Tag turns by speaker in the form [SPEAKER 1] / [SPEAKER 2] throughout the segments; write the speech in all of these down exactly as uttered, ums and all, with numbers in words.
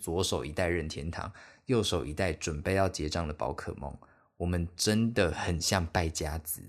[SPEAKER 1] 左手一袋任天堂，右手一袋准备要结账的宝可梦，我们真的很像败家子。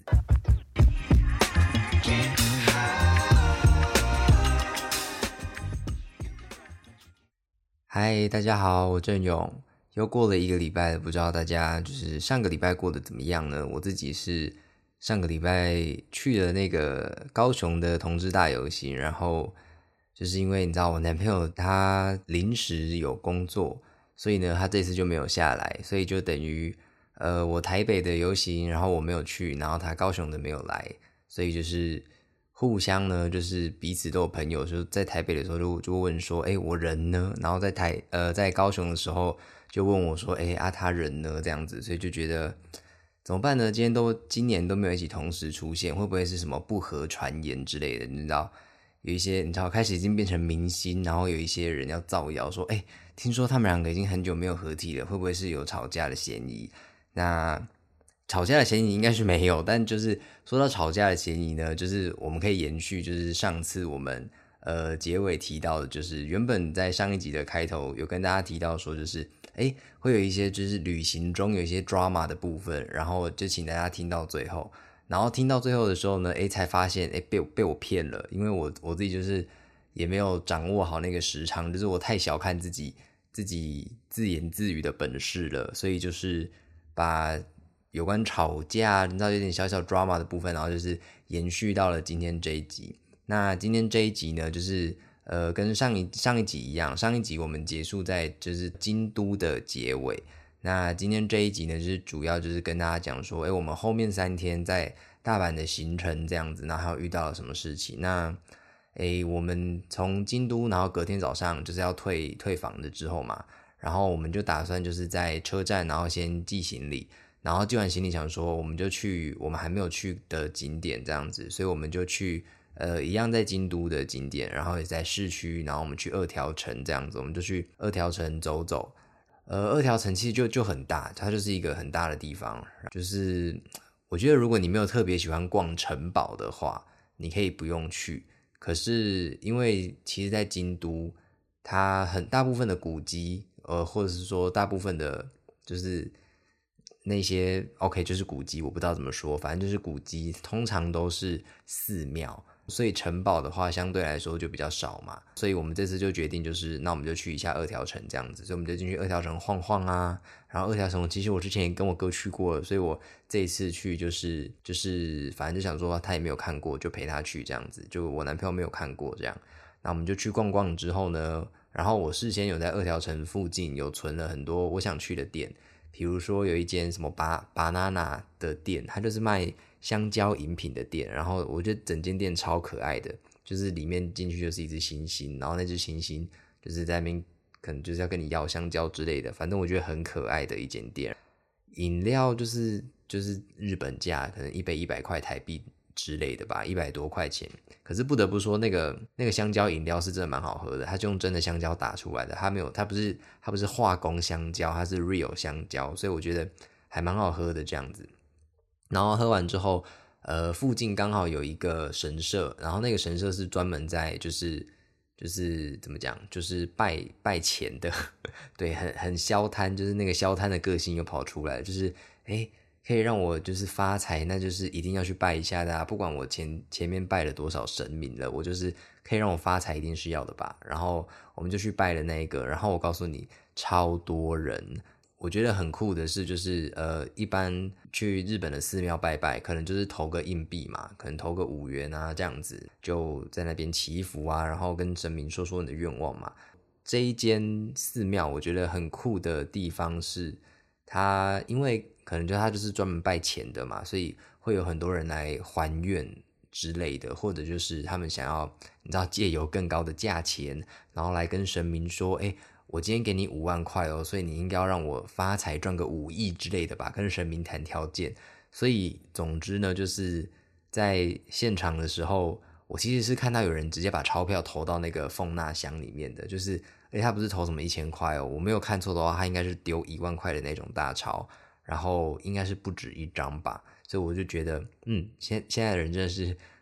[SPEAKER 1] 嗨，大家好，我郑勇。又过了一个礼拜了，不知道大家就是上个礼拜过得怎么样呢？我自己是上个礼拜去了那个高雄的同志大游行，然后就是因为你知道我男朋友他临时有工作，所以呢他这次就没有下来，所以就等于呃我台北的游行，然后我没有去，然后他高雄的没有来，所以就是互相呢就是彼此都有朋友，就在台北的时候就就问说，哎，我人呢？然后在台呃在高雄的时候就问我说，哎啊他人呢？这样子，所以就觉得怎么办呢？今天都今年都没有一起同时出现，会不会是什么不合传言之类的？你知道有一些你知道开始已经变成明星，然后有一些人要造谣说，哎，听说他们两个已经很久没有合体了，会不会是有吵架的嫌疑？那吵架的嫌疑应该是没有，但就是说到吵架的嫌疑呢，就是我们可以延续，就是上次我们呃结尾提到的，就是原本在上一集的开头有跟大家提到说，就是诶会有一些就是旅行中有一些 drama 的部分，然后就请大家听到最后，然后听到最后的时候呢，诶才发现诶被被我骗了，因为我我自己就是也没有掌握好那个时长，就是我太小看自己自己自言自语的本事了，所以就是把有关吵架，你知道有点小小 drama 的部分，然后就是延续到了今天这一集。那今天这一集呢，就是呃跟上一上一集一样，上一集我们结束在就是京都的结尾。那今天这一集呢，就是主要就是跟大家讲说，诶，我们后面三天在大阪的行程这样子，然后还有遇到了什么事情。那诶，我们从京都，然后隔天早上就是要退退房的之后嘛，然后我们就打算就是在车站，然后先寄行李。然后寄完行李想说我们就去我们还没有去的景点这样子，所以我们就去呃一样在京都的景点，然后也在市区，然后我们去二条城这样子，我们就去二条城走走。呃二条城其实就就很大，它就是一个很大的地方，就是我觉得如果你没有特别喜欢逛城堡的话，你可以不用去。可是因为其实在京都它很大部分的古迹呃或者是说大部分的就是那些 OK 就是古迹，我不知道怎么说，反正就是古迹通常都是寺庙，所以城堡的话相对来说就比较少嘛，所以我们这次就决定就是那我们就去一下二条城这样子，所以我们就进去二条城晃晃啊，然后二条城其实我之前也跟我哥去过了，所以我这一次去就是就是反正就想说他也没有看过，就陪他去这样子，就我男朋友没有看过这样，那我们就去逛逛之后呢，然后我事先有在二条城附近有存了很多我想去的店，比如说有一间什么巴 banana 的店，它就是卖香蕉饮品的店，然后我觉得整间店超可爱的，就是里面进去就是一只猩猩，然后那只猩猩就是在那边可能就是要跟你要香蕉之类的，反正我觉得很可爱的一间店。饮料就是就是日本价，可能一杯一百块台币之类的吧，一百多块钱。可是不得不说，那个那个香蕉饮料是真的蛮好喝的，它就用真的香蕉打出来的，它没有，它不是它不是化工香蕉，它是 real 香蕉，所以我觉得还蛮好喝的这样子。然后喝完之后，呃，附近刚好有一个神社，然后那个神社是专门在就是就是怎么讲，就是拜拜钱的，对，很很消摊，就是那个消摊的个性又跑出来，就是诶可以让我就是发财，那就是一定要去拜一下的啊！不管我前前面拜了多少神明了，我就是可以让我发财，一定是要的吧。然后我们就去拜了那一个，然后我告诉你，超多人。我觉得很酷的是，就是呃，一般去日本的寺庙拜拜，可能就是投个硬币嘛，可能投个五元啊这样子，就在那边祈福啊，然后跟神明说说你的愿望嘛。这一间寺庙我觉得很酷的地方是，它因为可能就它就是专门拜钱的嘛，所以会有很多人来还愿之类的，或者就是他们想要你知道借由更高的价钱，然后来跟神明说，哎，我今天给你五万块哦，所以你应该要让我发财赚个五亿之类的吧，跟神明谈条件。所以总之呢，就是在现场的时候，我其实是看到有人直接把钞票投到那个奉纳箱里面的，就是诶他不是投什么一千块哦，我没有看错的话，他应该是丢一万块的那种大钞，然后应该是不止一张吧，所以我就觉得，嗯，现现在的人真的是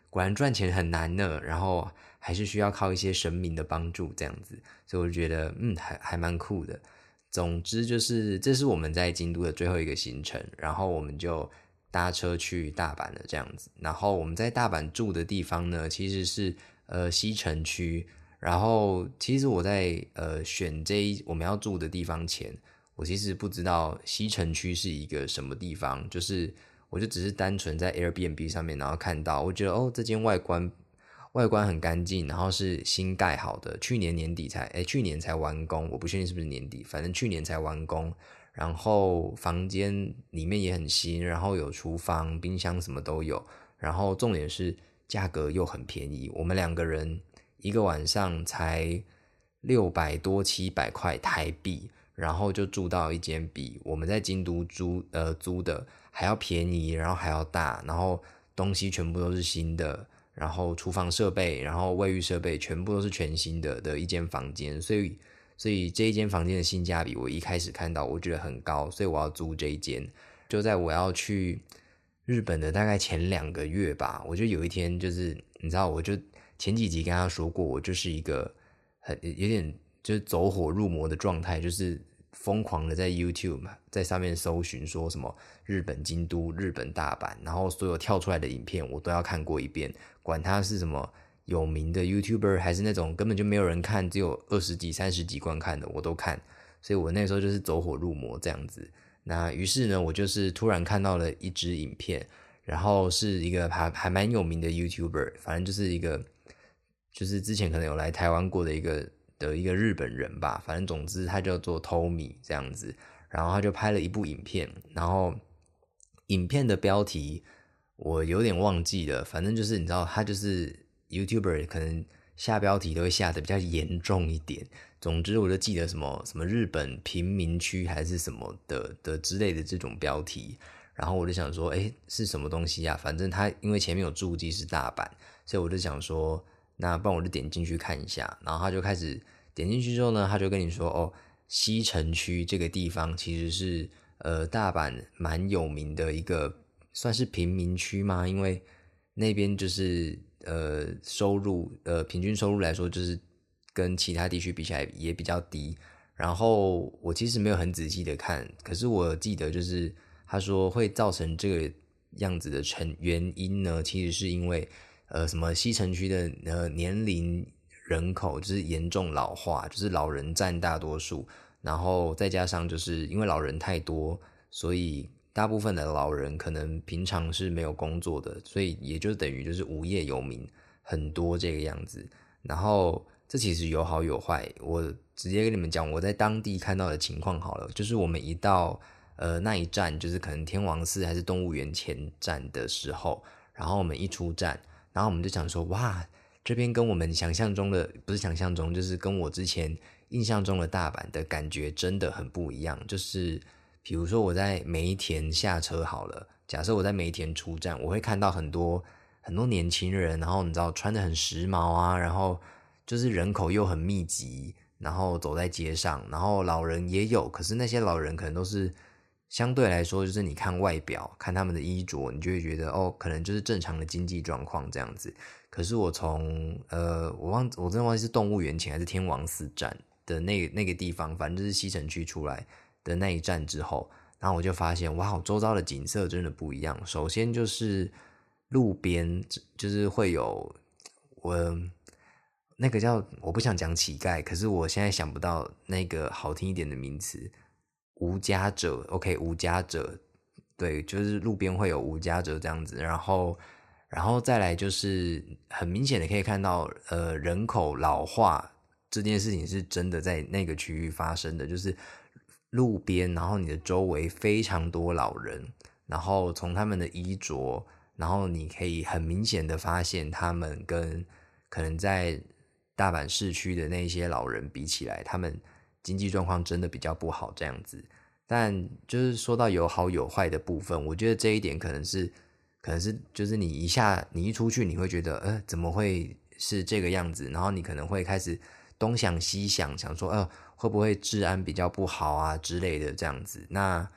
[SPEAKER 1] 果然赚钱很难呢，然后还是需要靠一些神明的帮助这样子，所以我就觉得嗯还还蛮酷的。总之就是这是我们在京都的最后一个行程，然后我们就搭车去大阪了这样子。然后我们在大阪住的地方呢，其实是呃西城区。然后其实我在呃选这一我们要住的地方前，我其实不知道西城区是一个什么地方，就是我就只是单纯在 Airbnb 上面，然后看到，我觉得哦这间外观外观很干净，然后是新盖好的，去年年底才诶去年才完工，我不确定是不是年底，反正去年才完工。然后房间里面也很新，然后有厨房、冰箱什么都有，然后重点是价格又很便宜，我们两个人一个晚上才六百多七百块台币，然后就住到一间比我们在京都租呃租的还要便宜，然后还要大，然后东西全部都是新的，然后厨房设备，然后卫浴设备全部都是全新的的一间房间，所以所以这一间房间的性价比，我一开始看到我觉得很高，所以我要租这一间。就在我要去日本的大概前两个月吧，我就有一天就是你知道，我就前几集跟他说过，我就是一个很有点就是走火入魔的状态，就是疯狂的在 YouTube 在上面搜寻说什么日本京都、日本大阪，然后所有跳出来的影片我都要看过一遍，管它是什么有名的 YouTuber 还是那种根本就没有人看，只有二十几、三十几观看的，我都看。所以我那时候就是走火入魔这样子。那于是呢，我就是突然看到了一支影片，然后是一个还还蛮有名的 YouTuber，反正就是一个就是之前可能有来台湾过的一个的一个日本人吧，反正总之他叫做 Tommy 这样子，然后他就拍了一部影片，然后影片的标题我有点忘记了，反正就是你知道他就是 YouTuber 可能下标题都会下的比较严重一点，总之我就记得什么什么日本贫民区还是什么的的之类的这种标题，然后我就想说诶是什么东西啊，反正他因为前面有注记是大阪，所以我就想说那不然我就点进去看一下，然后他就开始点进去之后呢，他就跟你说哦西城区这个地方其实是呃大阪蛮有名的一个算是贫民区吗？因为那边就是呃收入呃平均收入来说就是跟其他地区比起来也比较低，然后我其实没有很仔细的看，可是我记得就是他说会造成这个样子的成原因呢，其实是因为呃什么西城区的呃年龄人口就是严重老化，就是老人占大多数，然后再加上就是因为老人太多，所以大部分的老人可能平常是没有工作的，所以也就等于就是无业游民很多这个样子。然后这其实有好有坏，我直接跟你们讲我在当地看到的情况好了，就是我们一到呃那一站，就是可能天王寺还是动物园前站的时候，然后我们一出站，然后我们就想说哇，这边跟我们想象中的不是想象中，就是跟我之前印象中的大阪的感觉真的很不一样。就是比如说我在梅田下车好了，假设我在梅田出站，我会看到很多很多年轻人，然后你知道穿得很时髦啊，然后就是人口又很密集，然后走在街上，然后老人也有，可是那些老人可能都是相对来说，就是你看外表，看他们的衣着，你就会觉得哦，可能就是正常的经济状况这样子。可是我从呃，我忘我真的忘记是动物园前还是天王寺站的那个那个地方，反正就是西城区出来的那一站之后，然后我就发现哇，周遭的景色真的不一样。首先就是路边就是会有我那个叫我不想讲乞丐，可是我现在想不到那个好听一点的名词，无家者 ，OK， 无家者，对，就是路边会有无家者这样子，然后。然后再来就是很明显的可以看到，呃，人口老化这件事情是真的在那个区域发生的，就是路边，然后你的周围非常多老人，然后从他们的衣着，然后你可以很明显的发现他们跟可能在大阪市区的那些老人比起来，他们经济状况真的比较不好这样子。但就是说到有好有坏的部分，我觉得这一点可能是。可能是就是你一下你一出去你会觉得呃怎么会是这个样子，然后你可能会开始东想西想，想说呃会不会治安比较不好啊之类的这样子。那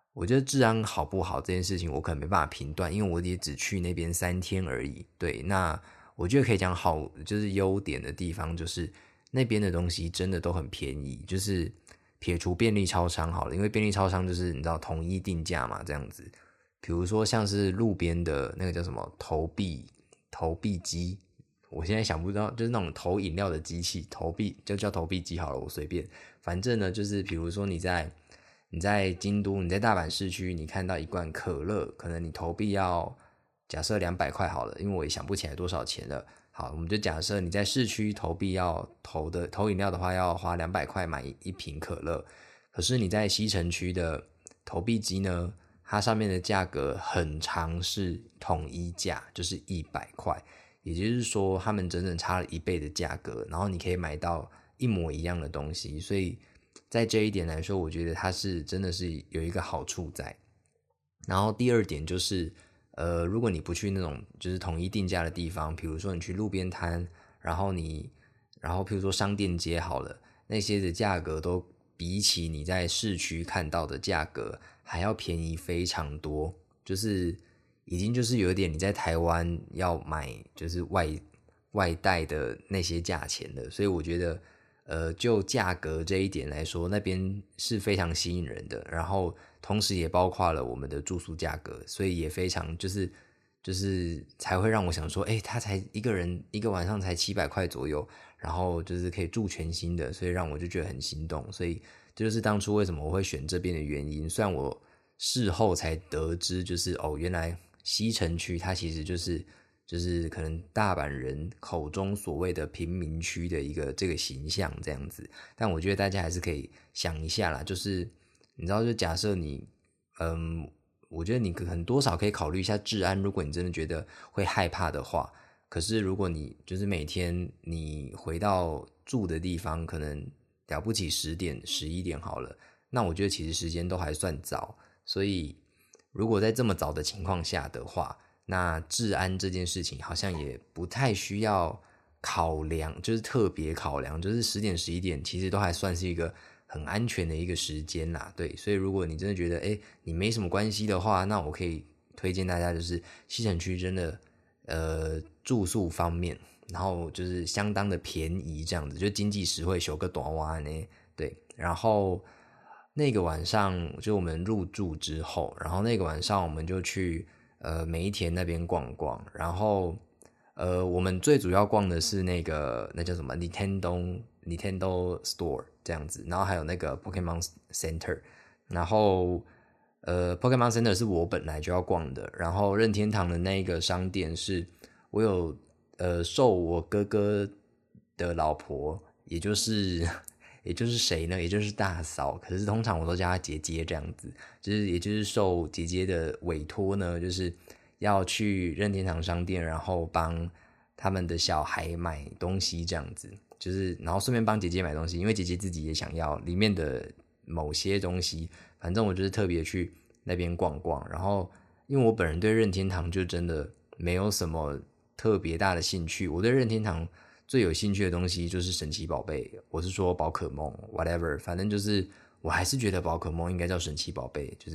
[SPEAKER 1] 我觉得治安好不好这件事情，我可能没办法评断，因为我也只去那边三天而已。对，那我觉得可以讲好，就是优点的地方，就是那边的东西真的都很便宜，就是撇除便利超商好了，因为便利超商就是你知道统一定价嘛，这样子。比如说像是路边的那个叫什么投币投币机，我现在想不到，就是那种投饮料的机器，投币就叫投币机好了，我随便。反正呢，就是比如说你在你在京都，你在大阪市区，你看到一罐可乐，可能你投币要假设两百块好了，因为我也想不起来多少钱了。好，我们就假设你在市区投币要投的投饮料的话，要花两百块买一瓶可乐。可是你在西城区的投币机呢，它上面的价格很常是统一价，就是一百块。也就是说，他们整整差了一倍的价格，然后你可以买到一模一样的东西，所以在这一点来说，我觉得它是真的是有一个好处在。然后第二点就是，呃，如果你不去那种就是统一定价的地方，比如说你去路边摊，然后你，然后譬如说商店街好了，那些的价格都比起你在市区看到的价格还要便宜非常多，就是已经就是有点你在台湾要买就是外外带的那些价钱了，所以我觉得。呃，就价格这一点来说，那边是非常吸引人的，然后同时也包括了我们的住宿价格，所以也非常就是就是才会让我想说，哎，他才一个人一个晚上才七百块左右，然后就是可以住全新的，所以让我就觉得很心动，所以这就是当初为什么我会选这边的原因。虽然我事后才得知，就是哦，原来西城区它其实就是。就是可能大阪人口中所谓的贫民区的一个这个形象这样子，但我觉得大家还是可以想一下啦，就是你知道，就假设你，嗯，我觉得你可能多少可以考虑一下治安，如果你真的觉得会害怕的话，可是如果你就是每天你回到住的地方，可能了不起十点十一点好了，那我觉得其实时间都还算早，所以如果在这么早的情况下的话。那治安这件事情好像也不太需要考量，就是特别考量，就是十点十一点其实都还算是一个很安全的一个时间啦，对，所以如果你真的觉得哎你没什么关系的话，那我可以推荐大家就是西城区真的呃住宿方面，然后就是相当的便宜这样子，就经济实惠，修个短袜呢，对，然后那个晚上就我们入住之后，然后那个晚上我们就去。呃，梅田那边逛逛，然后呃，我们最主要逛的是那个那叫什么 Nintendo Nintendo Store 这样子，然后还有那个 Pokemon Center，然后呃 Pokemon Center 是我本来就要逛的，然后任天堂的那个商店是我有呃受我哥哥的老婆，也就是也就是谁呢？也就是大嫂，可是通常我都叫她姐姐这样子，就是也就是受姐姐的委托呢，就是要去任天堂商店，然后帮他们的小孩买东西这样子，就是然后顺便帮姐姐买东西，因为姐姐自己也想要里面的某些东西，反正我就是特别去那边逛逛，然后因为我本人对任天堂就真的没有什么特别大的兴趣，我对任天堂。最有兴趣的东西就是神奇宝贝，我是说宝可梦 ，whatever，反正就是我还是觉得宝可梦应该叫神奇宝贝，就是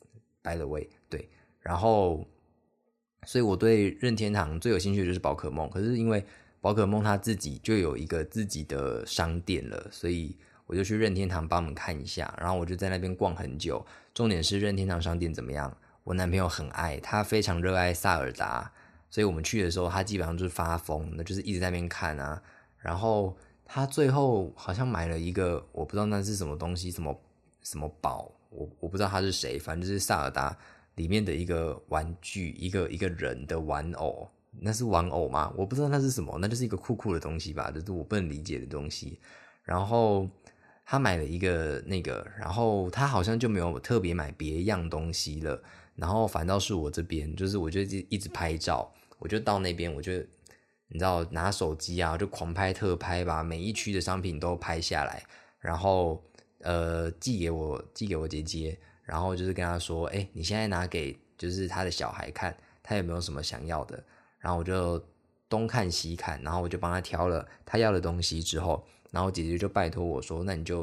[SPEAKER 1] by the way， 对，然后所以我对任天堂最有兴趣的就是宝可梦，可是因为宝可梦它自己就有一个自己的商店了，所以我就去任天堂帮我们看一下，然后我就在那边逛很久。重点是任天堂商店怎么样？我男朋友很爱，他非常热爱萨尔达。所以我们去的时候，他基本上就是发疯，那就是一直在那边看啊。然后他最后好像买了一个，我不知道那是什么东西，什么什么宝，我我不知道他是谁，反正就是萨尔达里面的一个玩具，一个一个人的玩偶，那是玩偶吗？我不知道那是什么，那就是一个酷酷的东西吧，就是我不能理解的东西。然后他买了一个那个，然后他好像就没有特别买别样东西了，然后反倒是我这边，就是我就一直拍照。我就到那边，我就你知道拿手机啊，就狂拍特拍，把每一区的商品都拍下来，然后呃寄给我寄给我姐姐，然后就是跟她说，哎，你现在拿给就是她的小孩看，他有没有什么想要的？然后我就东看西看，然后我就帮他挑了他要的东西之后，然后姐姐就拜托我说，那你就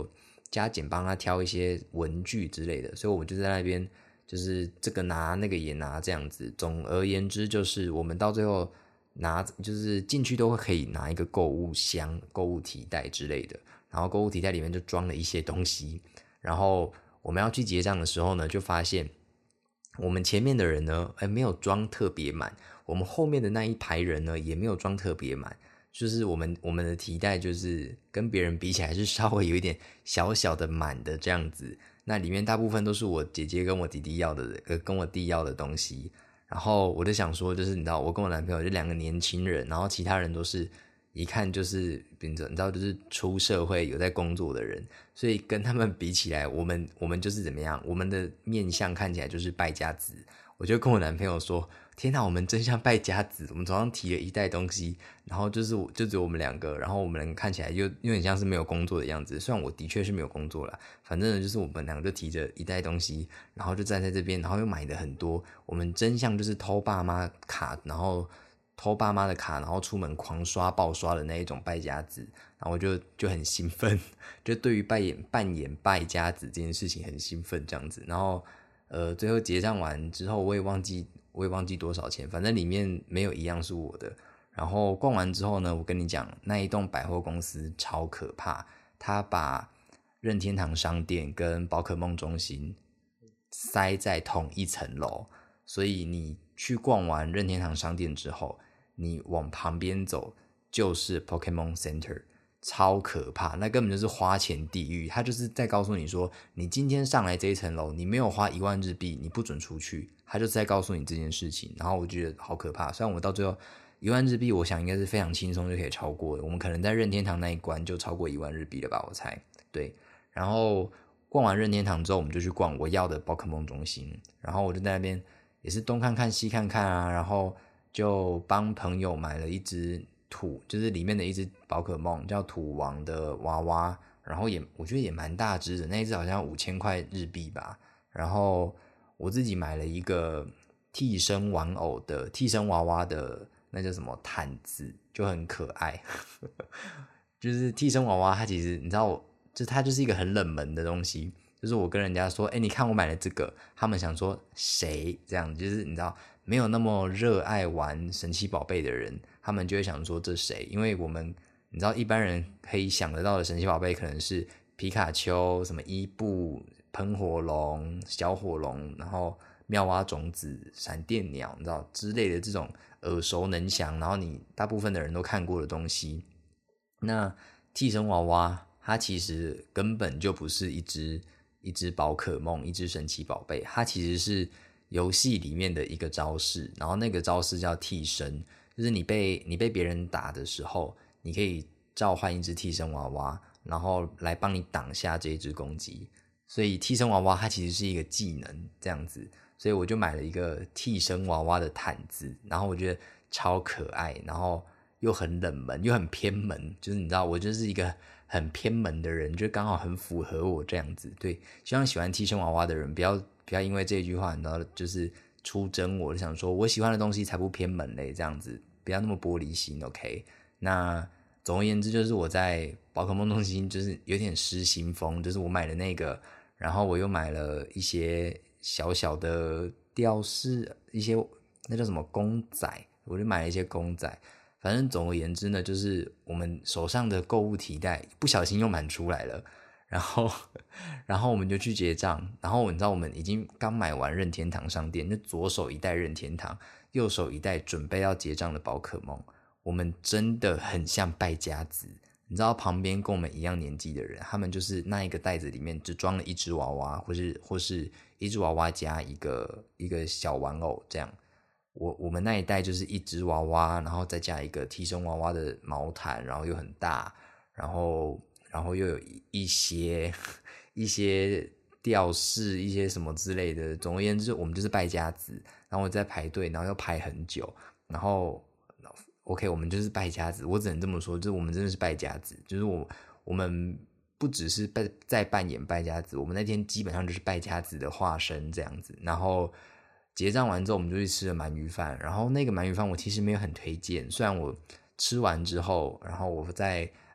[SPEAKER 1] 加减帮他挑一些文具之类的，所以我们就在那边就是这个拿那个也拿这样子。总而言之，就是我们到最后拿就是进去都会可以拿一个购物箱、购物提袋之类的，然后购物提袋里面就装了一些东西，然后我们要去结账的时候呢，就发现我们前面的人呢，哎，没有装特别满，我们后面的那一排人呢，也没有装特别满。就是我们我们的提袋就是跟别人比起来是稍微有一点小小的满的这样子，那里面大部分都是我姐姐跟我弟弟要的呃跟我弟要的东西，然后我就想说就是你知道我跟我男朋友就两个年轻人，然后其他人都是一看就是你知道就是出社会有在工作的人，所以跟他们比起来，我们我们就是怎么样，我们的面相看起来就是败家子。我就跟我男朋友说，天哪，我们真像败家子，我们手上提了一袋东西，然后就是就只有我们两个，然后我们两个看起来就有点像是没有工作的样子，虽然我的确是没有工作啦，反正呢就是我们两个就提着一袋东西，然后就站在这边，然后又买的很多，我们真像就是偷爸妈卡，然后偷爸妈的卡，然后出门狂刷爆刷的那一种败家子，然后我就就很兴奋，就对于扮演扮演败家子这件事情很兴奋这样子，然后呃最后结账完之后，我也忘记我也忘记多少钱，反正里面没有一样是我的。然后逛完之后呢，我跟你讲，那一栋百货公司超可怕，他把任天堂商店跟宝可梦中心塞在同一层楼，所以你去逛完任天堂商店之后，你往旁边走就是 Pokemon Center， 超可怕，那根本就是花钱地狱。他就是在告诉你说，你今天上来这一层楼，你没有花一万日币，你不准出去。他就是在告诉你这件事情，然后我觉得好可怕。虽然我到最后一万日币，我想应该是非常轻松就可以超过的。我们可能在任天堂那一关就超过一万日币了吧，我猜。对，然后逛完任天堂之后，我们就去逛我要的宝可梦中心，然后我就在那边也是东看看西看看啊，然后就帮朋友买了一只土，就是里面的一只宝可梦叫土王的娃娃，然后也我觉得也蛮大只的，那一只好像五千块日币吧。然后我自己买了一个替身玩偶的替身娃娃的那叫什么毯子，就很可爱。就是替身娃娃，它其实你知道我，就它就是一个很冷门的东西。就是我跟人家说，哎，你看我买了这个，他们想说谁这样，就是你知道没有那么热爱玩神奇宝贝的人，他们就会想说这谁？因为我们你知道一般人可以想得到的神奇宝贝可能是皮卡丘、什么伊布、喷火龙、小火龙，然后妙蛙种子、闪电鸟，你知道之类的这种耳熟能详，然后你大部分的人都看过的东西。那替身娃娃它其实根本就不是一只一只宝可梦，一只神奇宝贝，它其实是游戏里面的一个招式，然后那个招式叫替身，就是你被你被别人打的时候，你可以召唤一只替身娃娃，然后来帮你挡下这一只攻击。所以替身娃娃它其实是一个技能这样子，所以我就买了一个替身娃娃的毯子，然后我觉得超可爱，然后又很冷门又很偏门，就是你知道我就是一个很偏门的人，就刚好很符合我这样子。对，希望喜欢替身娃娃的人不要不要因为这句话你知道就是出征我，就想说我喜欢的东西才不偏门嘞，这样子不要那么玻璃心 OK。 那总而言之就是我在宝可梦中心就是有点失心疯，就是我买了那个，然后我又买了一些小小的吊饰，一些那叫什么公仔，我就买了一些公仔。反正总而言之呢，就是我们手上的购物提袋不小心又满出来了，然后然后我们就去结账，然后你知道我们已经刚买完任天堂商店，就左手一袋任天堂，右手一袋准备要结账的宝可梦，我们真的很像败家子。你知道旁边跟我们一样年纪的人，他们就是那一个袋子里面只装了一只娃娃，或是或是一只娃娃加一个一个小玩偶这样。我我们那一袋就是一只娃娃，然后再加一个替身娃娃的毛毯，然后又很大，然后然后又有一些一些吊饰，一些什么之类的。总而言之，我们就是败家子。然后我在排队，然后要排很久，然后 OK， 我们就是败家子。我只能这么说，就是我们真的是败家子，就是我我们不只是在扮演败家子，我们那天基本上就是败家子的化身这样子。然后结账完之后，我们就去吃了鳗鱼饭。然后那个鳗鱼饭我其实没有很推荐，虽然我吃完之后，然后我在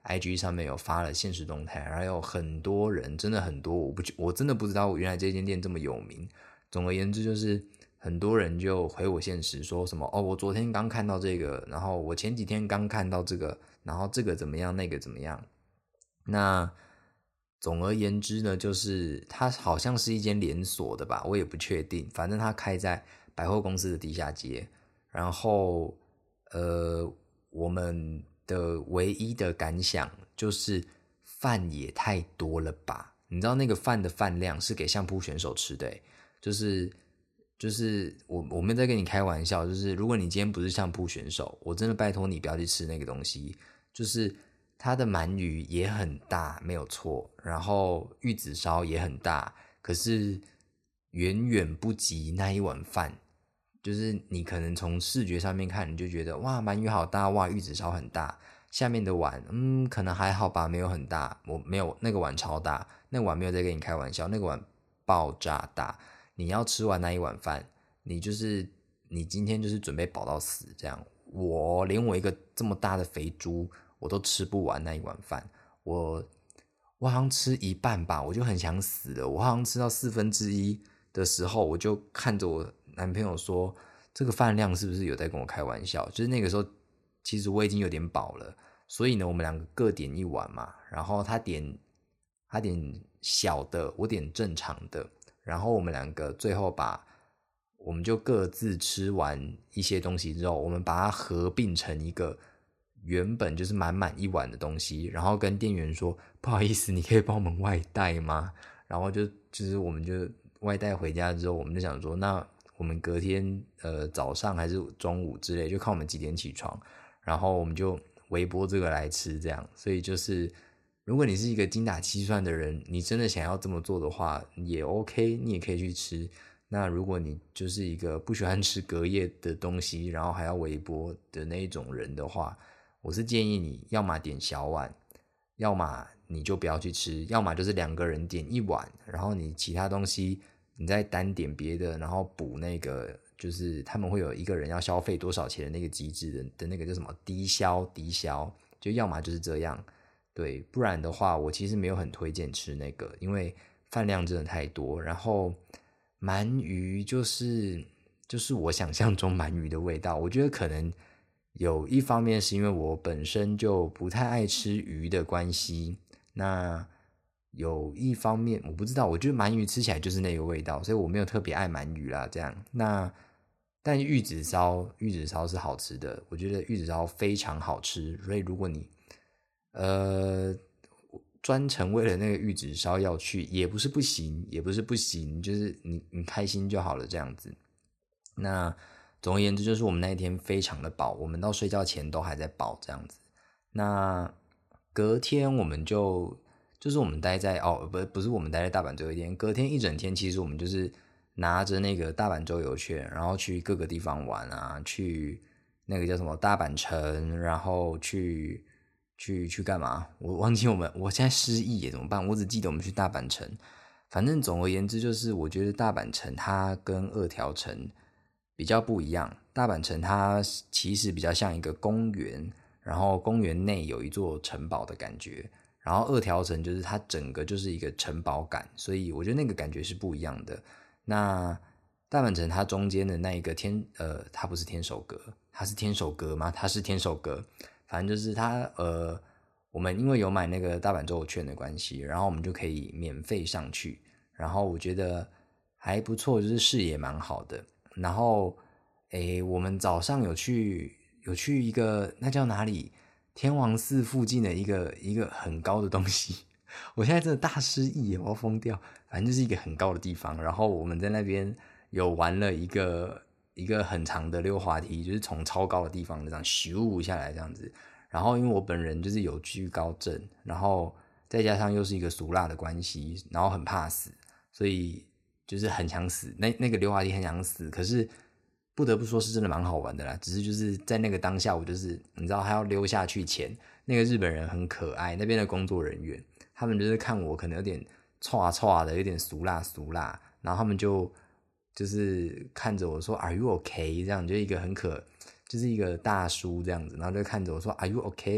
[SPEAKER 1] I G 上面有发了限时动态，然后有很多人，真的很多，我不我真的不知道原来这间店这么有名。总而言之，就是很多人就回我限时说什么哦，我昨天刚看到这个，然后我前几天刚看到这个，然后这个怎么样，那个怎么样。那总而言之呢，就是它好像是一间连锁的吧，我也不确定，反正它开在百货公司的地下街。然后呃，我们的唯一的感想就是饭也太多了吧？你知道那个饭的饭量是给相扑选手吃的，就是就是我我没有在跟你开玩笑，就是如果你今天不是相扑选手，我真的拜托你不要去吃那个东西。就是它的鳗鱼也很大，没有错，然后玉子烧也很大，可是远远不及那一碗饭。就是你可能从视觉上面看，你就觉得哇鳗鱼好大，哇玉子烧很大，下面的碗嗯可能还好吧，没有很大，我没有那个碗超大，那个碗没有在跟你开玩笑，那个碗爆炸大，你要吃完那一碗饭，你就是你今天就是准备饱到死这样。我连我一个这么大的肥猪我都吃不完那一碗饭，我我好像吃一半吧，我就很想死了，我好像吃到四分之一的时候，我就看着我男朋友说这个饭量是不是有在跟我开玩笑，就是那个时候其实我已经有点饱了，所以呢我们两个各点一碗嘛，然后他点他点小的，我点正常的，然后我们两个最后把我们就各自吃完一些东西之后，我们把它合并成一个原本就是满满一碗的东西，然后跟店员说不好意思你可以帮我们外带吗？然后就就是我们就外带回家之后，我们就想说那我们隔天呃早上还是中午之类，就看我们几点起床，然后我们就微波这个来吃这样。所以就是如果你是一个精打细算的人，你真的想要这么做的话也 OK， 你也可以去吃。那如果你就是一个不喜欢吃隔夜的东西，然后还要微波的那一种人的话，我是建议你要么点小碗，要么你就不要去吃，要么就是两个人点一碗，然后你其他东西你再单点别的，然后补那个就是他们会有一个人要消费多少钱的那个机制 的, 的那个叫什么低消低消，就要么就是这样。对，不然的话我其实没有很推荐吃那个，因为饭量真的太多，然后鳗鱼就是就是我想象中鳗鱼的味道，我觉得可能有一方面是因为我本身就不太爱吃鱼的关系，那有一方面我不知道，我觉得鳗鱼吃起来就是那个味道，所以我没有特别爱鳗鱼啦这样。那但玉子烧玉子烧是好吃的，我觉得玉子烧非常好吃，所以如果你呃专程为了那个玉子烧要去也不是不行，也不是不行，就是你你开心就好了这样子。那总而言之就是我们那一天非常的饱，我们到睡觉前都还在饱这样子。那隔天我们就就是我们待在哦不不是我们待在大阪周一天，隔天一整天其实我们就是拿着那个大阪周游券，然后去各个地方玩啊，去那个叫什么大阪城，然后去去去干嘛？我忘记我们，我现在失忆耶，怎么办？我只记得我们去大阪城。反正总而言之，就是我觉得大阪城它跟二条城比较不一样。大阪城它其实比较像一个公园，然后公园内有一座城堡的感觉。然后二条城就是它整个就是一个城堡感，所以我觉得那个感觉是不一样的。那大阪城它中间的那一个天，呃，它不是天守阁，它是天守阁吗？它是天守阁。反正就是它呃，我们因为有买那个大阪周券的关系，然后我们就可以免费上去，然后我觉得还不错，就是视野蛮好的。然后诶，我们早上有去有去一个那叫哪里？天王寺附近的一个一个很高的东西，我现在真的大失忆耶，我要疯掉。反正就是一个很高的地方，然后我们在那边有玩了一个一个很长的溜滑梯，就是从超高的地方这样咻下来这样子。然后因为我本人就是有惧高症，然后再加上又是一个俗辣的关系，然后很怕死，所以就是很想死。那那个溜滑梯很想死，可是不得不说是真的蛮好玩的啦。只是就是在那个当下，我就是你知道，还要溜下去前，那个日本人很可爱，那边的工作人员，他们就是看我可能有点唰唰的，有点俗辣俗辣，然后他们就就是看着我说 Are you okay？ 这样就一个很可，就是一个大叔这样子，然后就看着我说 Are you okay？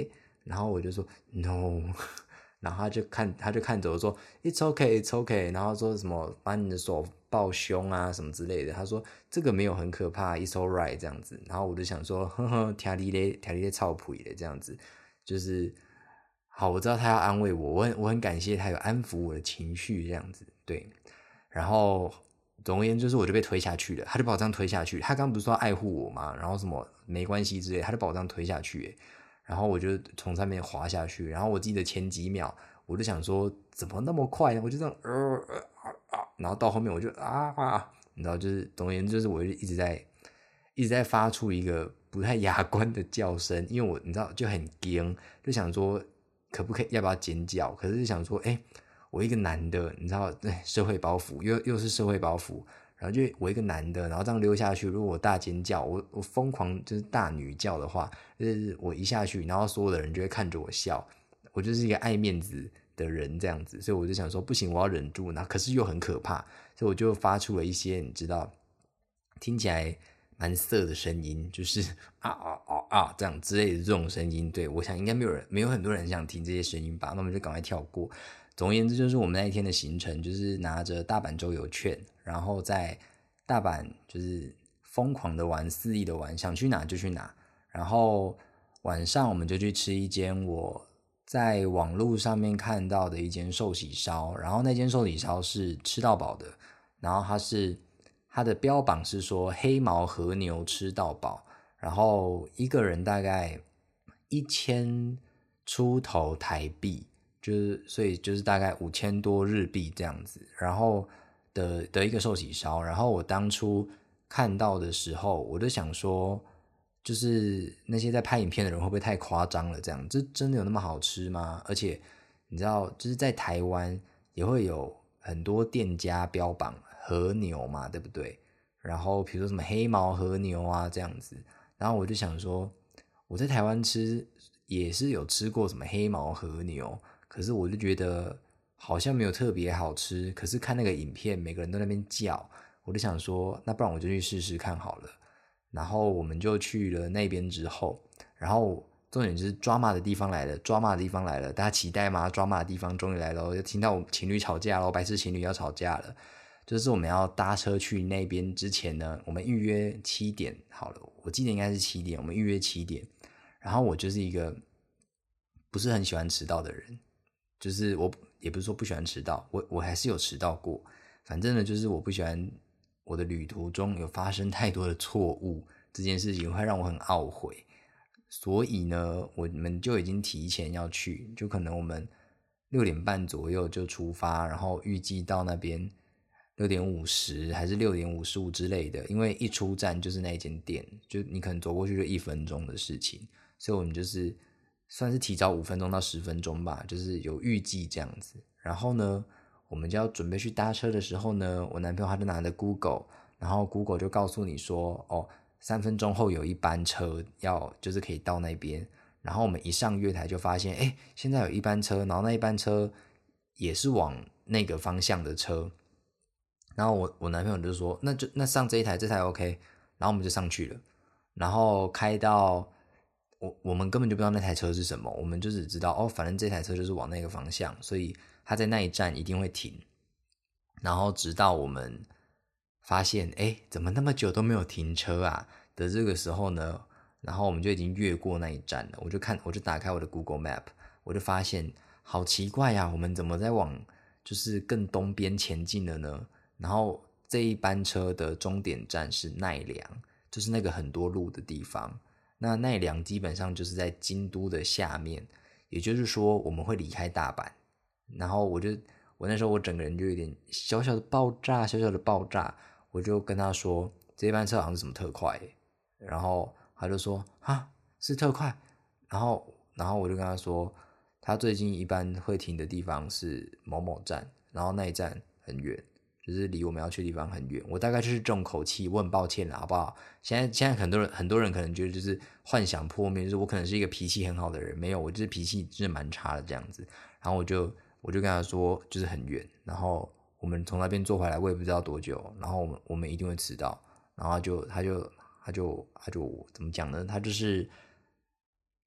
[SPEAKER 1] 然后我就说 no， 然后他就看他就看着我说 it's okay it's okay， 然后说什么把你的手抱胸啊什么之类的，他说这个没有很可怕 it's alright 这样子，然后我就想说呵呵听你咧听你咧臭屁咧这样子，就是好我知道他要安慰我，我很我很感谢他有安抚我的情绪这样子，对，然后总而言之就是我就被推下去了，他就把我这样推下去，他刚刚不是说要爱护我吗？然后什么没关系之类的，他就把我这样推下去耶，然后我就从上面滑下去，然后我记得前几秒我就想说怎么那么快呢？我就这样呃呃啊，然后到后面我就啊啊，你知道就是总而言之就是我就一直在一直在发出一个不太雅观的叫声，因为我你知道就很惊，就想说可不可以要不要尖叫，可是就想说哎。我一个男的，你知道，社会包袱又又是社会包袱，然后就我一个男的，然后这样溜下去，如果我大尖叫，我我疯狂就是大女叫的话，就是我一下去，然后所有的人就会看着我笑，我就是一个爱面子的人这样子，所以我就想说不行，我要忍住，然后可是又很可怕，所以我就发出了一些你知道听起来蛮色的声音，就是啊啊啊啊这样之类的这种声音，对我想应该没有人没有很多人想听这些声音吧，那我们就赶快跳过。总而言之，就是我们那一天的行程，就是拿着大阪周游券，然后在大阪就是疯狂的玩，肆意的玩，想去哪就去哪。然后晚上我们就去吃一间我在网络上面看到的一间寿喜烧，然后那间寿喜烧是吃到饱的，然后它是它的标榜是说黑毛和牛吃到饱，然后一个人大概一千出头台币。就是所以就是大概五千多日币这样子，然后的的一个寿喜烧，然后我当初看到的时候，我就想说，就是那些在拍影片的人会不会太夸张了？这样，这真的有那么好吃吗？而且你知道，就是在台湾也会有很多店家标榜和牛嘛，对不对？然后比如说什么黑毛和牛啊这样子，然后我就想说，我在台湾吃也是有吃过什么黑毛和牛。可是我就觉得好像没有特别好吃，可是看那个影片，每个人都在那边叫，我就想说，那不然我就去试试看好了。然后我们就去了那边之后，然后重点就是抓马的地方来了，抓马的地方来了，大家期待吗？抓马的地方终于来了，就听到我们情侣吵架了，白痴情侣要吵架了。就是我们要搭车去那边之前呢，我们预约七点好了，我记得应该是七点，我们预约七点。然后我就是一个不是很喜欢迟到的人。就是我也不是说不喜欢迟到，我我还是有迟到过。反正呢，就是我不喜欢我的旅途中有发生太多的错误，这件事情会让我很懊悔。所以呢，我们就已经提前要去，就可能我们六点半左右就出发，然后预计到那边六点五十还是六点五十五之类的。因为一出站就是那一间店，就你可能走过去就一分钟的事情，所以我们就是算是提早五分钟到十分钟吧，就是有预计这样子。然后呢，我们就要准备去搭车的时候呢，我男朋友他就拿着 Google， 然后 Google 就告诉你说，哦，三分钟后有一班车要就是可以到那边。然后我们一上月台就发现，哎，现在有一班车，然后那一班车也是往那个方向的车。然后我我男朋友就说，那就那上这一台，这台 OK， 然后我们就上去了，然后开到。我我们根本就不知道那台车是什么，我们就只知道哦，反正这台车就是往那个方向，所以它在那一站一定会停。然后直到我们发现，哎，怎么那么久都没有停车啊的这个时候呢，然后我们就已经越过那一站了。我就看，我就打开我的 Google Map， 我就发现好奇怪呀、啊，我们怎么在往就是更东边前进了呢？然后这一班车的终点站是奈良，就是那个很多路的地方。那奈良基本上就是在京都的下面，也就是说我们会离开大阪。然后我就我那时候我整个人就有点小小的爆炸，小小的爆炸，我就跟他说这班车好像是什么特快，然后他就说啊是特快，然后然后我就跟他说他最近一般会停的地方是某某站，然后那一站很远。就是离我们要去的地方很远，我大概就是这种口气，我很抱歉了，好不好？现在现在很多人很多人可能觉得就是幻想破灭，就是我可能是一个脾气很好的人，没有，我就是脾气真的蛮差的这样子。然后我就我就跟他说，就是很远，然后我们从那边坐回来，我也不知道多久，然后我们我们一定会迟到。然后他就他就他就他就怎么讲呢？他就是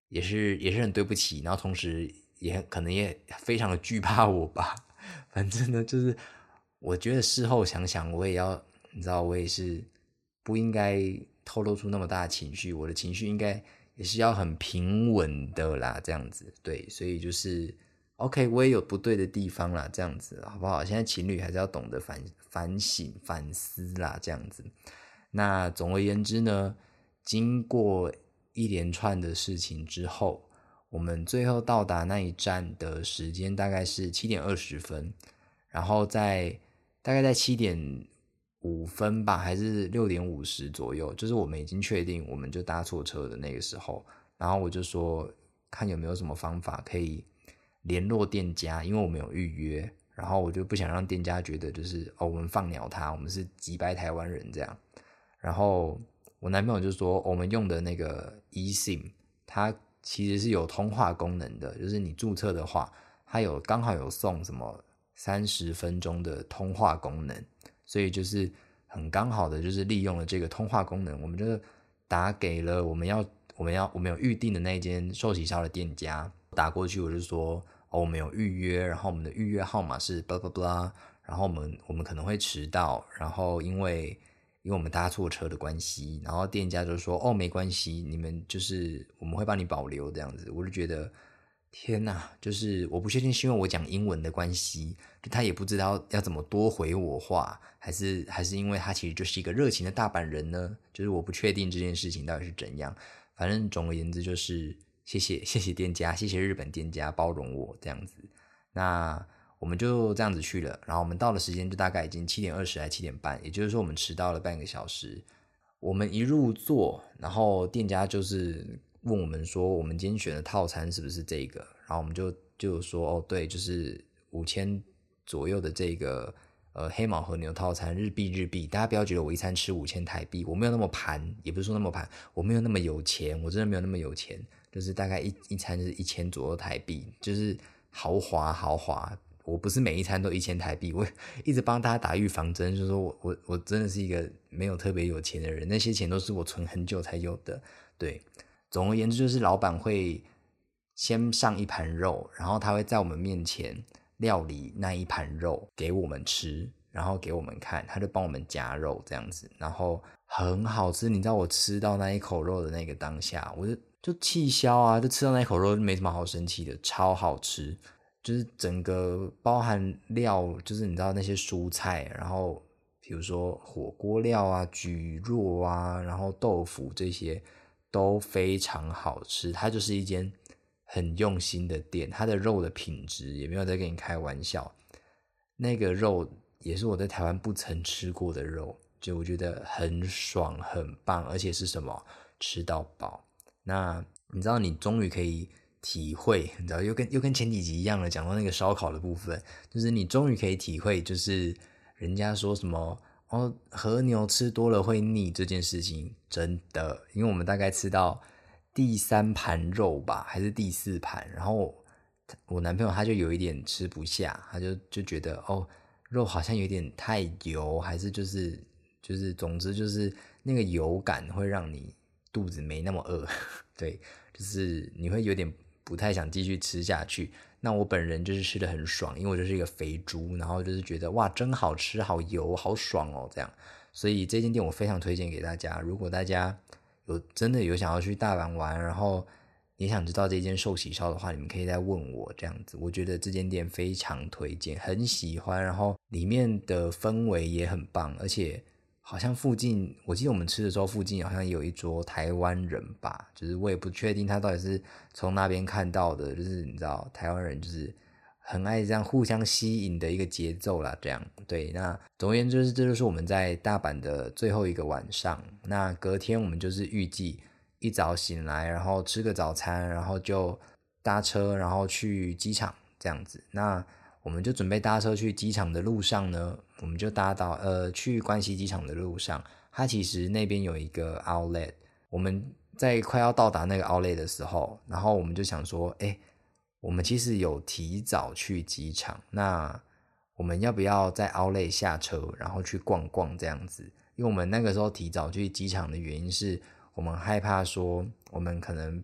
[SPEAKER 1] 也是也是很对不起，然后同时也很可能也非常的惧怕我吧。反正呢，就是我觉得事后想想，我也要你知道，我也是不应该透露出那么大的情绪，我的情绪应该也是要很平稳的啦，这样子。对，所以就是 OK， 我也有不对的地方啦，这样子好不好？现在情侣还是要懂得反反省反思啦，这样子。那总而言之呢，经过一连串的事情之后，我们最后到达那一站的时间大概是七点二十分，然后在大概在七点五分吧，还是六点五十左右，就是我们已经确定我们就搭错车的那个时候，然后我就说看有没有什么方法可以联络店家，因为我们有预约，然后我就不想让店家觉得就是哦我们放鸟他，我们是击败台湾人这样。然后我男朋友就说、哦、我们用的那个 eSIM 它其实是有通话功能的，就是你注册的话它有刚好有送什么三十分钟的通话功能，所以就是很刚好的就是利用了这个通话功能，我们就打给了我们要我们要我们有预定的那间寿喜烧的店家，打过去我就说哦我们有预约，然后我们的预约号码是 blah blah blah， 然后我们我们可能会迟到，然后因为因为我们搭错车的关系，然后店家就说哦没关系，你们就是我们会帮你保留这样子。我就觉得天哪，就是我不确定是因为我讲英文的关系，就他也不知道要怎么多回我话，还是还是因为他其实就是一个热情的大阪人呢，就是我不确定这件事情到底是怎样。反正总而言之就是谢谢谢谢店家，谢谢日本店家包容我这样子。那我们就这样子去了，然后我们到的时间就大概已经七点二十还七点半，也就是说我们迟到了半个小时。我们一入座，然后店家就是问我们说我们今天选的套餐是不是这个，然后我们就就说哦对，就是五千左右的这个呃黑毛和牛套餐，日币日币，大家不要觉得我一餐吃五千台币，我没有那么盘，也不是说那么盘，我没有那么有钱，我真的没有那么有钱，就是大概一一餐就是一千左右台币，就是豪华豪华。我不是每一餐都一千台币，我一直帮大家打预防针，就是说我我我真的是一个没有特别有钱的人，那些钱都是我存很久才有的。对，总而言之就是老板会先上一盘肉，然后他会在我们面前料理那一盘肉给我们吃，然后给我们看，他就帮我们夹肉这样子，然后很好吃。你知道我吃到那一口肉的那个当下，我就就气消啊，就吃到那一口肉没什么好生气的，超好吃。就是整个包含料，就是你知道那些蔬菜，然后比如说火锅料啊、蒟蒻啊，然后豆腐这些都非常好吃。它就是一间很用心的店，它的肉的品质也没有在跟你开玩笑。那个肉也是我在台湾不曾吃过的肉，就我觉得很爽很棒，而且是什么吃到饱。那你知道你终于可以体会，你知道又跟又跟前几集一样了，讲到那个烧烤的部分，就是你终于可以体会，就是人家说什么哦和牛吃多了会腻这件事情，真的，因为我们大概吃到第三盘肉吧，还是第四盘，然后我男朋友他就有一点吃不下，他就就觉得哦肉好像有点太油，还是就是就是总之就是那个油感会让你肚子没那么饿，对，就是你会有点不太想继续吃下去。那我本人就是吃得很爽，因为我就是一个肥猪，然后就是觉得哇真好吃，好油，好爽哦这样。所以这间店我非常推荐给大家，如果大家有真的有想要去大阪玩，然后也想知道这间寿喜烧的话，你们可以再问我这样子。我觉得这间店非常推荐，很喜欢，然后里面的氛围也很棒，而且好像附近，我记得我们吃的时候附近好像有一桌台湾人吧，就是我也不确定他到底是从那边看到的，就是你知道台湾人就是很爱这样互相吸引的一个节奏啦，这样对。那总而言之，这就是我们在大阪的最后一个晚上。那隔天我们就是预计一早醒来，然后吃个早餐，然后就搭车，然后去机场这样子。那我们就准备搭车去机场的路上呢，我们就搭到呃去关西机场的路上，它其实那边有一个 outlet， 我们在快要到达那个 outlet 的时候，然后我们就想说，哎，我们其实有提早去机场，那我们要不要在 outlet 下车，然后去逛逛这样子？因为我们那个时候提早去机场的原因是，我们害怕说我们可能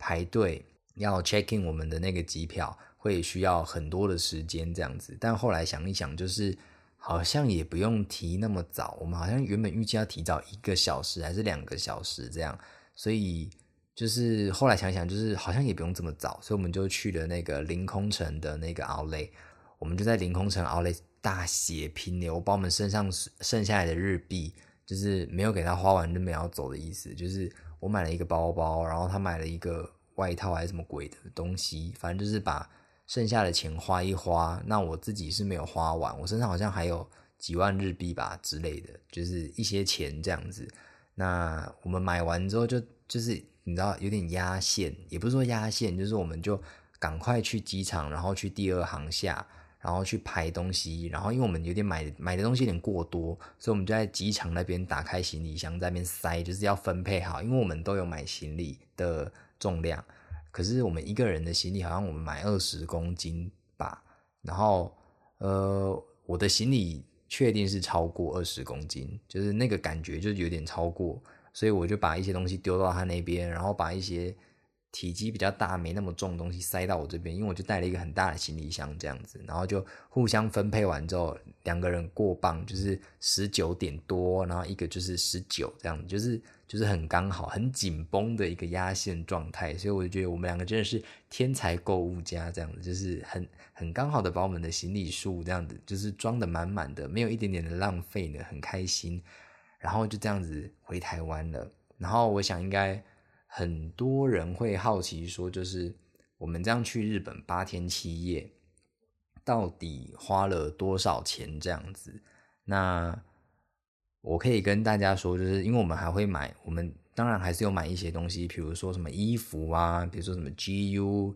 [SPEAKER 1] 排队要 check in 我们的那个机票，会需要很多的时间这样子。但后来想一想，就是好像也不用提那么早，我们好像原本预计要提早一个小时还是两个小时这样，所以就是后来想想，就是好像也不用这么早，所以我们就去了那个临空城的那个 outlet， 我们就在临空城 outlet 大血拼了，我把我们身上剩下来的日币，就是没有给他花完就没有要走的意思，就是我买了一个包包，然后他买了一个外套还是什么鬼的东西，反正就是把剩下的钱花一花，那我自己是没有花完，我身上好像还有几万日币吧之类的，就是一些钱这样子。那我们买完之后就就是你知道有点压线，也不是说压线，就是我们就赶快去机场，然后去第二航下，然后去排东西，然后因为我们有点买买的东西有点过多，所以我们就在机场那边打开行李箱在那边塞，就是要分配好，因为我们都有买行李的重量。可是我们一个人的行李好像我们买二十公斤吧，然后呃我的行李确定是超过二十公斤，就是那个感觉就有点超过，所以我就把一些东西丢到他那边，然后把一些体积比较大没那么重的东西塞到我这边，因为我就带了一个很大的行李箱这样子，然后就互相分配完之后，两个人过磅就是十九点多，然后一个就是十九这样子，就是就是很刚好很紧绷的一个压线状态，所以我就觉得我们两个真的是天才购物家这样子，就是很很刚好的把我们的行李数这样子就是装得满满的，没有一点点的浪费呢，很开心。然后就这样子回台湾了。然后我想应该很多人会好奇说，就是我们这样去日本八天七夜，到底花了多少钱这样子？那我可以跟大家说，就是因为我们还会买，我们当然还是有买一些东西，比如说什么衣服啊，比如说什么 G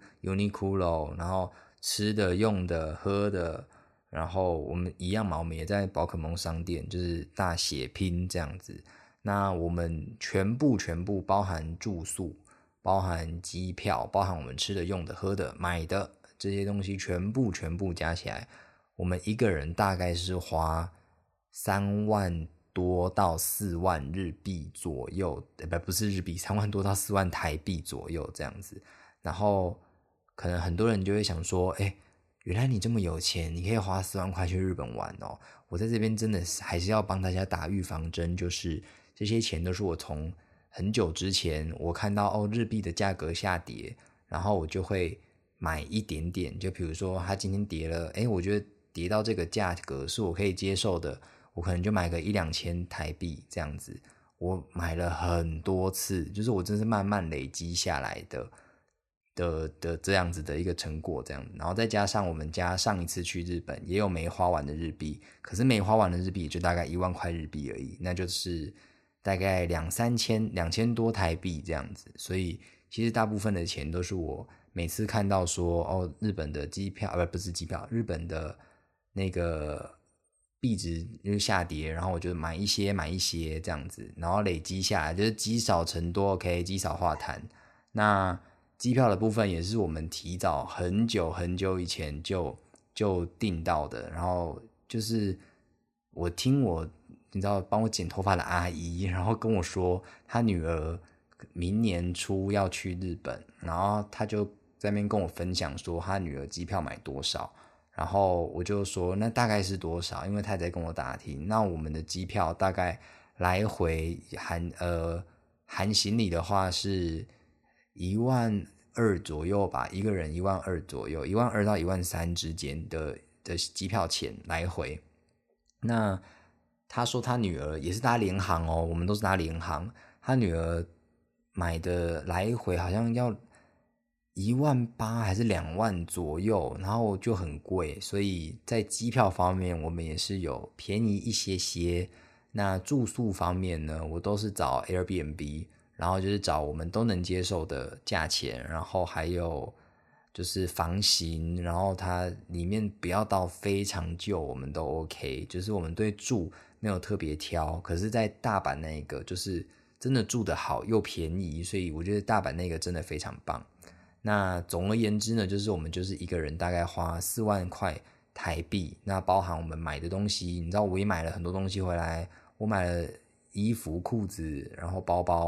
[SPEAKER 1] U、Uniqlo， 然后吃的、用的、喝的，然后我们一样嘛，我们也在宝可梦商店，就是大血拼这样子。那我们全部全部包含住宿，包含机票，包含我们吃的、用的、喝的、买的这些东西，全部全部加起来，我们一个人大概是花三万多到四万日币左右，不不是日币，三万多到四万台币左右这样子。然后可能很多人就会想说，哎，原来你这么有钱，你可以花四万块去日本玩哦。我在这边真的是还是要帮大家打预防针，就是这些钱都是我从很久之前我看到哦日币的价格下跌，然后我就会买一点点，就比如说它今天跌了，诶我觉得跌到这个价格是我可以接受的，我可能就买个一两千台币这样子。我买了很多次，就是我真是慢慢累积下来的的的这样子的一个成果这样，然后再加上我们家上一次去日本也有没花完的日币，可是没花完的日币也就大概一万块日币而已，那就是大概两三千两千多台币这样子，所以其实大部分的钱都是我每次看到说哦日本的机票呃不是机票，日本的那个币值就下跌，然后我就买一些买一些这样子，然后累积下来就是积少成多 OK 积少化痰。那机票的部分也是我们提早很久很久以前就就订到的，然后就是我听我你知道帮我剪头发的阿姨，然后跟我说她女儿明年初要去日本，然后她就在那边跟我分享说她女儿机票买多少，然后我就说那大概是多少，因为她在跟我打听，那我们的机票大概来回含呃含行李的话是一万二左右吧，一个人一万二左右，一万二到一万三之间的的机票钱来回。那他说他女儿也是搭联航哦，我们都是搭联航，他女儿买的来回好像要一万八还是两万左右，然后就很贵，所以在机票方面我们也是有便宜一些些。那住宿方面呢，我都是找 Airbnb，然后就是找我们都能接受的价钱，然后还有就是房型，然后它里面不要到非常旧，我们都 OK。就是我们对住没有特别挑，可是在大阪那个就是真的住得好又便宜，所以我觉得大阪那个真的非常棒。那总而言之呢，就是我们就是一个人大概花四万块台币，那包含我们买的东西，你知道我也买了很多东西回来，我买了衣服、裤子，然后包包，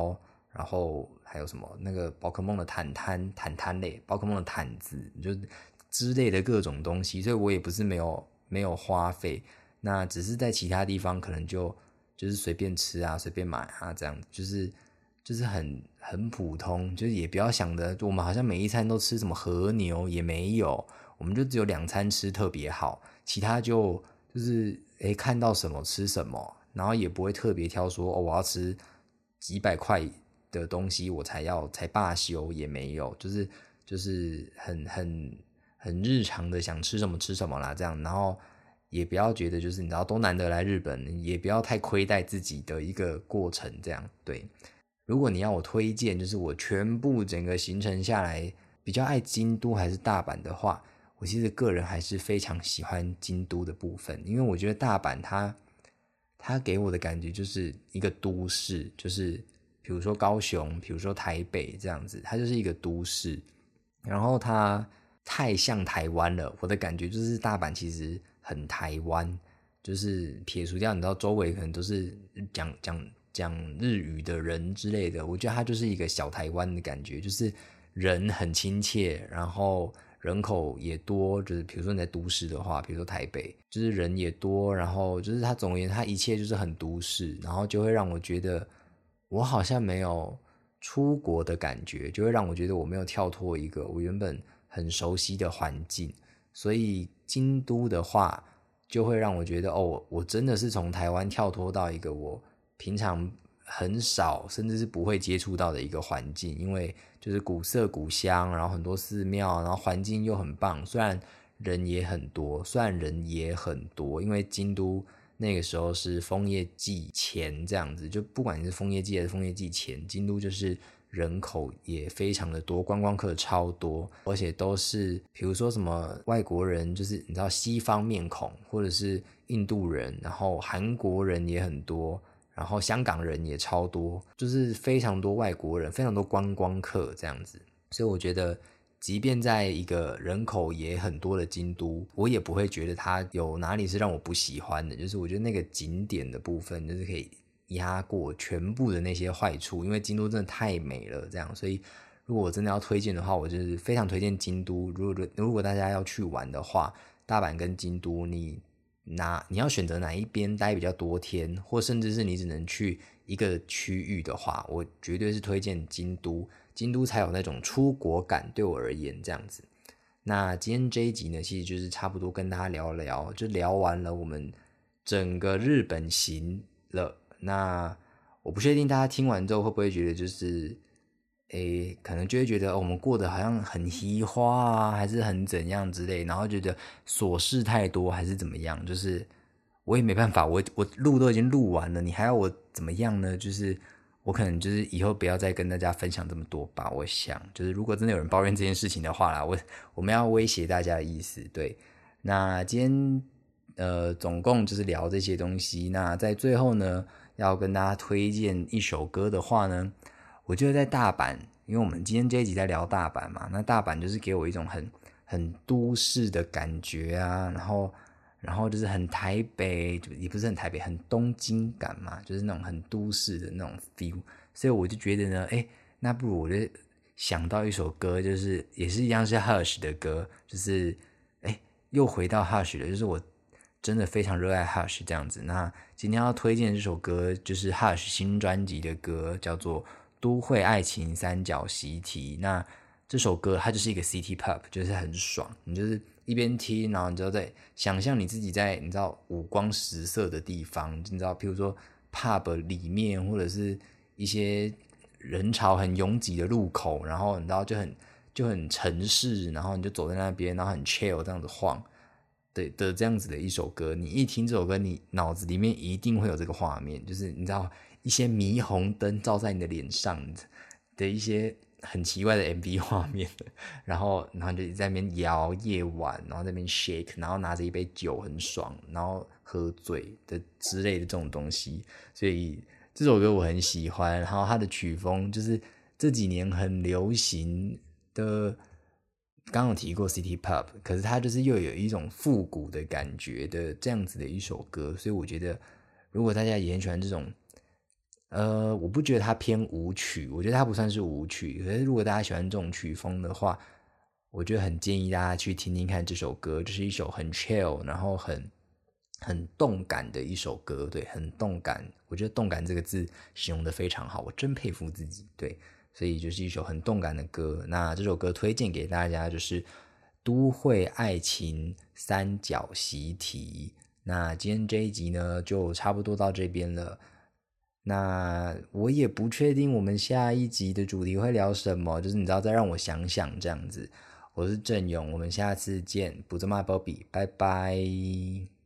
[SPEAKER 1] 然后还有什么那个宝可梦的毯毯毯毯类，宝可梦的毯子，就之类的各种东西，所以我也不是没有没有花费，那只是在其他地方可能就就是随便吃啊，随便买啊，这样就是就是很很普通，就是也不要想的我们好像每一餐都吃什么和牛也没有，我们就只有两餐吃特别好，其他就就是诶看到什么吃什么，然后也不会特别挑说哦我要吃几百块的东西我才要才罢休，也没有，就是就是很很很日常的想吃什么吃什么啦这样，然后也不要觉得就是你知道都难得来日本，也不要太亏待自己的一个过程这样。对，如果你要我推荐就是我全部整个行程下来比较爱京都还是大阪的话，我其实个人还是非常喜欢京都的部分，因为我觉得大阪它它给我的感觉就是一个都市，就是比如说高雄，比如说台北这样子，它就是一个都市，然后它太像台湾了，我的感觉就是大阪其实很台湾，就是撇除掉你知道周围可能都是讲讲讲日语的人之类的，我觉得它就是一个小台湾的感觉，就是人很亲切，然后人口也多，就是比如说你在都市的话，比如说台北，就是人也多，然后就是它总而言之它一切就是很都市，然后就会让我觉得我好像没有出国的感觉，就会让我觉得我没有跳脱一个我原本很熟悉的环境，所以京都的话就会让我觉得哦，我真的是从台湾跳脱到一个我平常很少甚至是不会接触到的一个环境，因为就是古色古香，然后很多寺庙，然后环境又很棒，虽然人也很多，虽然人也很多，因为京都那个时候是枫叶季前这样子，就不管你是枫叶季还是枫叶季前，京都就是人口也非常的多，观光客超多，而且都是比如说什么外国人，就是你知道西方面孔，或者是印度人，然后韩国人也很多，然后香港人也超多，就是非常多外国人，非常多观光客这样子，所以我觉得即便在一个人口也很多的京都，我也不会觉得它有哪里是让我不喜欢的，就是我觉得那个景点的部分就是可以压过全部的那些坏处，因为京都真的太美了这样，所以如果我真的要推荐的话，我就是非常推荐京都。如果如果大家要去玩的话，大阪跟京都你哪你要选择哪一边待比较多天，或甚至是你只能去一个区域的话，我绝对是推荐京都，京都才有那种出国感，对我而言这样子。那今天这一集呢，其实就是差不多跟大家聊聊，就聊完了我们整个日本行了。那我不确定大家听完之后会不会觉得就是诶，可能就会觉得、哦、我们过得好像很稀花啊，还是很怎样之类，然后觉得琐事太多还是怎么样，就是我也没办法，我我录都已经录完了，你还要我怎么样呢？就是我可能就是以后不要再跟大家分享这么多吧，我想就是如果真的有人抱怨这件事情的话啦，我我们要威胁大家的意思，对。那今天呃总共就是聊这些东西，那在最后呢要跟大家推荐一首歌的话呢，我觉得在大阪，因为我们今天这一集在聊大阪嘛，那大阪就是给我一种很很都市的感觉啊，然后然后就是很台北，也不是很台北，很东京感嘛，就是那种很都市的那种 feel， 所以我就觉得呢，哎，那不如我就想到一首歌，就是也是一样是 Hush 的歌，就是哎又回到 Hush 了，就是我真的非常热爱 Hush 这样子。那今天要推荐这首歌就是 Hush 新专辑的歌，叫做《都会爱情三角习题》。那这首歌它就是一个 City Pop， 就是很爽，你就是一边听，然后你就在想象你自己在你知道五光十色的地方，你知道，譬如说 Pub 里面，或者是一些人潮很拥挤的路口，然后你知道就很就很城市，然后你就走在那边，然后很 chill 这样子晃。的的这样子的一首歌，你一听这首歌，你脑子里面一定会有这个画面，就是你知道一些霓虹灯照在你的脸上的一些很奇怪的 M V 画面，然后然后就在那边摇夜晚，然后在那边 shake， 然后拿着一杯酒很爽，然后喝醉的之类的这种东西，所以这首歌我很喜欢，然后它的曲风就是这几年很流行的。刚刚有提过 City Pop， 可是它就是又有一种复古的感觉的这样子的一首歌，所以我觉得如果大家也很喜欢这种呃，我不觉得它偏舞曲，我觉得它不算是舞曲。可是如果大家喜欢这种曲风的话，我觉得很建议大家去听听看这首歌，就是一首很 chill，然后很很动感的一首歌，对，很动感。我觉得动感这个字形容的非常好，我真佩服自己，对，所以就是一首很动感的歌。那这首歌推荐给大家就是都会爱情三角习题。那今天这一集呢，就差不多到这边了。那我也不确定我们下一集的主题会聊什么，就是你知道，再让我想想这样子。我是郑勇，我们下次见，不这么 Bobby，拜拜。